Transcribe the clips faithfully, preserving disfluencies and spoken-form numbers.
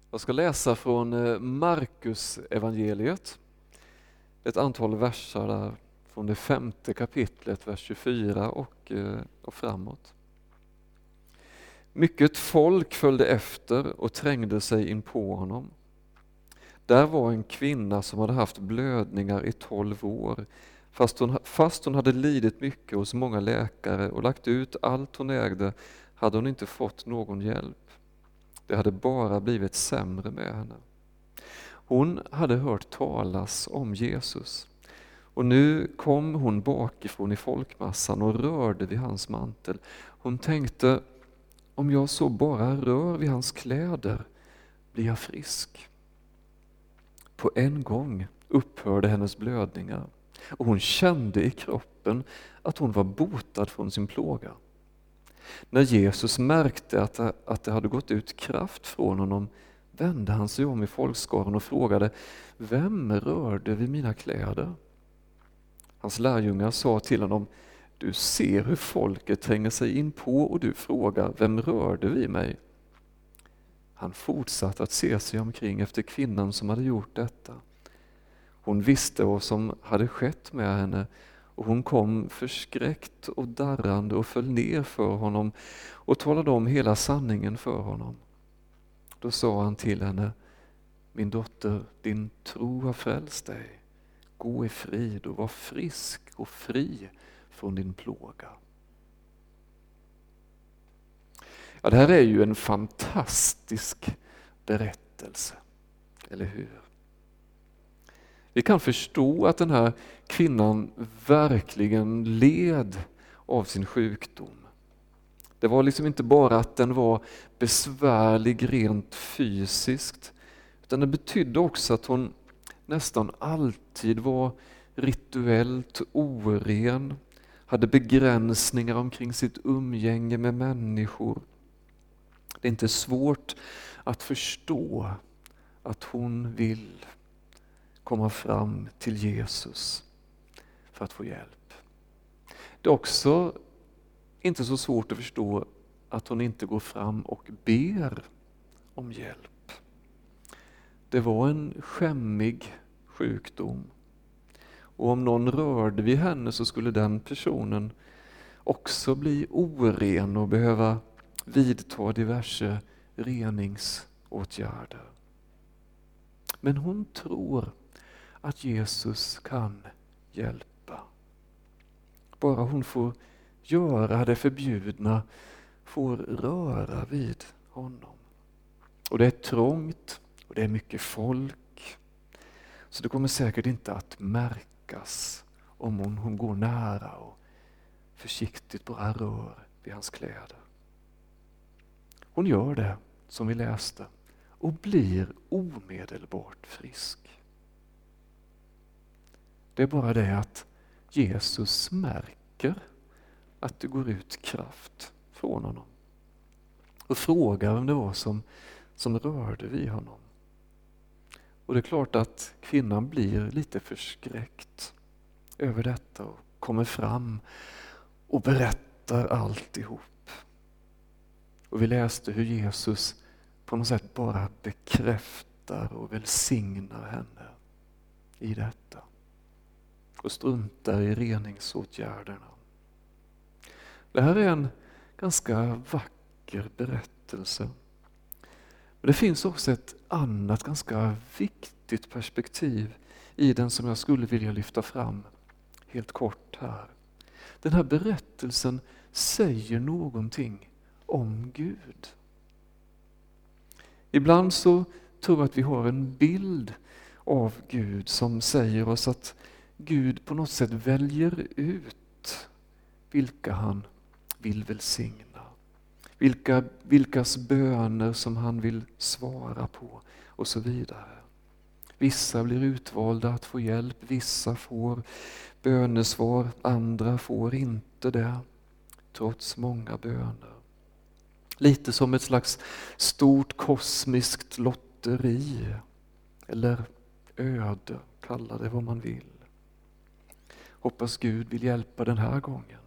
Jag ska läsa från Markus evangeliet. Ett antal versar där från det femte kapitlet, vers tjugofyra och, och framåt. Mycket folk följde efter och trängde sig in på honom. Där var en kvinna som hade haft blödningar i tolv år, fast hon, fast hon hade lidit mycket hos många läkare och lagt ut allt hon ägde hade hon inte fått någon hjälp. Det hade bara blivit sämre med henne. Hon hade hört talas om Jesus och nu kom hon bakifrån i folkmassan och rörde vid hans mantel. Hon tänkte, om jag så bara rör vid hans kläder blir jag frisk. På en gång upphörde hennes blödningar och hon kände i kroppen att hon var botad från sin plåga. När Jesus märkte att, att det hade gått ut kraft från honom vände han sig om i folkskaran och frågade, vem rörde vid mina kläder? Hans lärjungar sa till honom, du ser hur folket tränger sig in på och du frågar, vem rörde vid mig? Han fortsatte att se sig omkring efter kvinnan som hade gjort detta. Hon visste vad som hade skett med henne och hon kom förskräckt och darrande och föll ner för honom och talade om hela sanningen för honom. Då sa han till henne, min dotter, din tro har frälst dig. Gå i frid och var frisk och fri från din plåga. Ja, det här är ju en fantastisk berättelse, eller hur? Vi kan förstå att den här kvinnan verkligen led av sin sjukdom. Det var liksom inte bara att den var besvärlig rent fysiskt, utan det betydde också att hon nästan alltid var rituellt oren, hade begränsningar omkring sitt umgänge med människor. Det är inte svårt att förstå att hon vill komma fram till Jesus för att få hjälp. Det är också inte så svårt att förstå att hon inte går fram och ber om hjälp. Det var en skämmig sjukdom. Och om någon rörde vid henne så skulle den personen också bli oren och behöva vidta diverse reningsåtgärder. Men hon tror att Jesus kan hjälpa. Bara hon får göra det förbjudna, får röra vid honom. Och det är trångt och det är mycket folk. Så det kommer säkert inte att märkas om hon, hon går nära och försiktigt bara rör vid hans kläder. Hon gör det som vi läste och blir omedelbart frisk. Det är bara det att Jesus märker att det går ut kraft från honom och frågar vem det var som, som rörde vid honom. Och det är klart att kvinnan blir lite förskräckt över detta och kommer fram och berättar alltihop. Och vi läste hur Jesus på något sätt bara bekräftar och välsignar henne i detta. Och struntar i reningsåtgärderna. Det här är en ganska vacker berättelse. Men det finns också ett annat ganska viktigt perspektiv i den som jag skulle vilja lyfta fram helt kort här. Den här berättelsen säger någonting om Gud. Ibland så tror jag att vi har en bild av Gud som säger oss att Gud på något sätt väljer ut vilka han vill välsigna. Vilka, vilkas böner som han vill svara på och så vidare. Vissa blir utvalda att få hjälp, vissa får bönesvar, andra får inte det, trots många böner. Lite som ett slags stort kosmiskt lotteri, eller öde, kalla det vad man vill. Hoppas Gud vill hjälpa den här gången.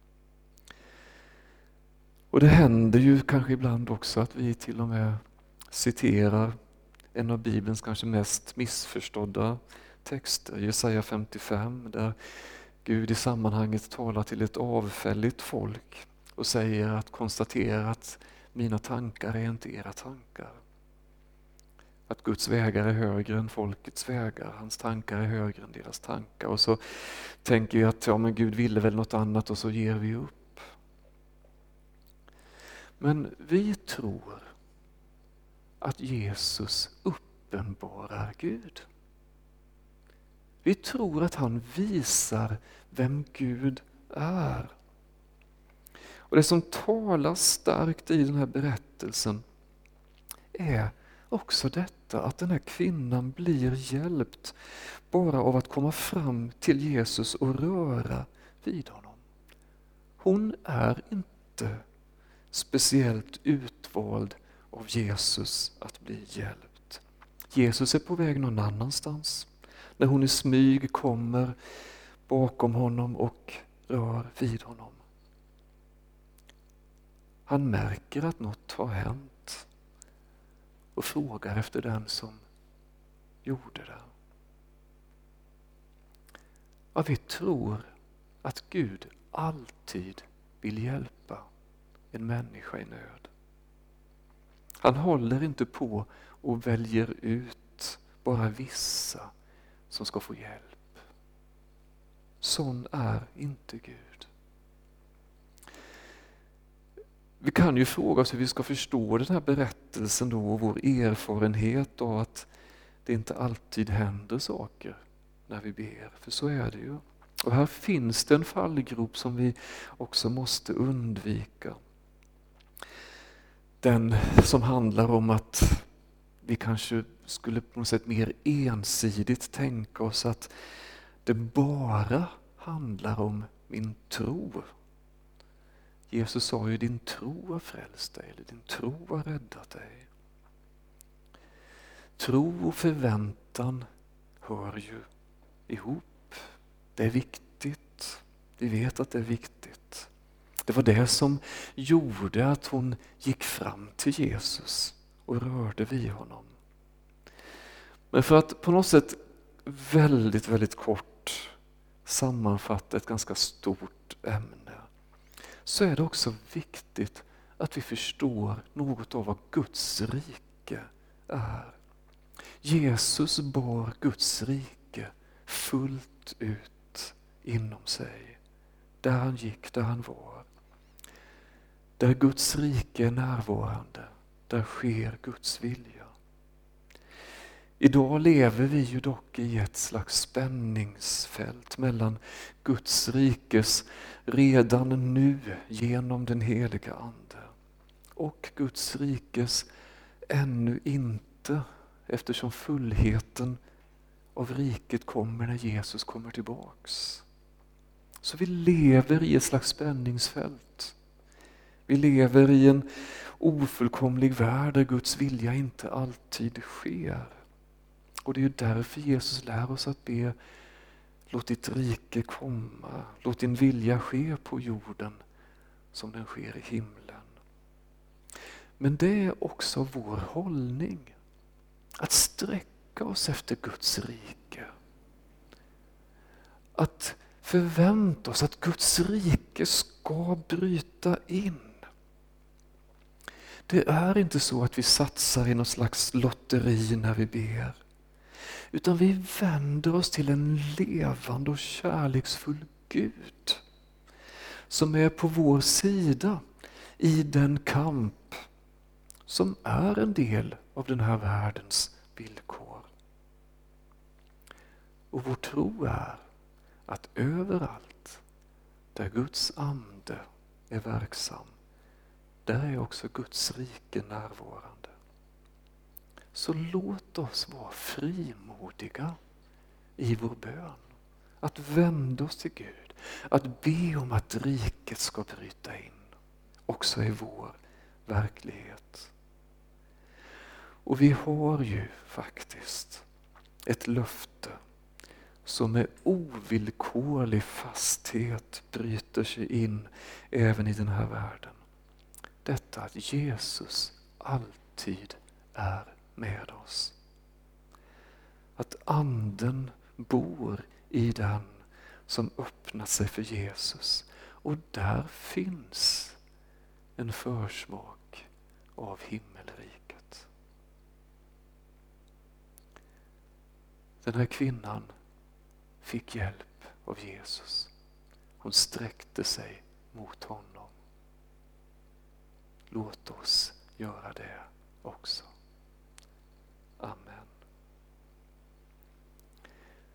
Och det händer ju kanske ibland också att vi till och med citerar en av Bibelns kanske mest missförstådda texter, Jesaja femtiofem, där Gud i sammanhanget talar till ett avfälligt folk och säger att konstatera att mina tankar är inte era tankar. Att Guds vägar är högre än folkets vägar, hans tankar är högre än deras tankar. Och så tänker vi att ja, men Gud ville väl något annat och så ger vi upp. Men vi tror att Jesus uppenbarar Gud. Vi tror att han visar vem Gud är. Och det som talar starkt i den här berättelsen är också detta att den här kvinnan blir hjälpt bara av att komma fram till Jesus och röra vid honom. Hon är inte speciellt utvald av Jesus att bli hjälpt. Jesus är på väg någon annanstans. När hon i smyg kommer bakom honom och rör vid honom. Han märker att något har hänt och frågar efter den som gjorde det. Ja, vi tror att Gud alltid vill hjälpa en människa i nöd. Han håller inte på och väljer ut bara vissa som ska få hjälp. Sån är inte Gud. Vi kan ju fråga oss hur vi ska förstå den här berättelsen då och vår erfarenhet av att det inte alltid händer saker när vi ber. För så är det ju. Och här finns det en fallgrop som vi också måste undvika. Den som handlar om att vi kanske skulle på något sätt mer ensidigt tänka oss att det bara handlar om min tro. Jesus sa ju din tro har frälst dig, eller din tro har räddat dig. Tro och förväntan hör ju ihop. Det är viktigt. Vi vet att det är viktigt. Det var det som gjorde att hon gick fram till Jesus och rörde vid honom. Men för att på något sätt väldigt, väldigt kort sammanfatta ett ganska stort ämne, så är det också viktigt att vi förstår något av vad Guds rike är. Jesus bar Guds rike fullt ut inom sig. Där han gick, där han var. Där Guds rike är närvarande, där sker Guds vilja. Idag lever vi ju dock i ett slags spänningsfält mellan Guds rikes redan nu genom den heliga ande och Guds rikes ännu inte, eftersom fullheten av riket kommer när Jesus kommer tillbaks. Så vi lever i ett slags spänningsfält. Vi lever i en ofullkomlig värld där Guds vilja inte alltid sker. Och det är ju därför Jesus lär oss att be: låt ditt rike komma, låt din vilja ske på jorden som den sker i himlen. Men det är också vår hållning, att sträcka oss efter Guds rike. Att förvänta oss att Guds rike ska bryta in. Det är inte så att vi satsar i något slags lotteri när vi ber. Utan vi vänder oss till en levande och kärleksfull Gud som är på vår sida i den kamp som är en del av den här världens villkor. Och vår tro är att överallt där Guds ande är verksam, där är också Guds rike närvarande. Så låt oss vara frimodiga i vår bön. Att vända oss till Gud. Att be om att riket ska bryta in. Också i vår verklighet. Och vi har ju faktiskt ett löfte som med ovillkorlig fasthet bryter sig in även i den här världen. Detta att Jesus alltid är med oss. Att anden bor i den som öppnar sig för Jesus. Och där finns en försmak av himmelriket. Den här kvinnan fick hjälp av Jesus. Hon sträckte sig mot honom. Låt oss göra det också.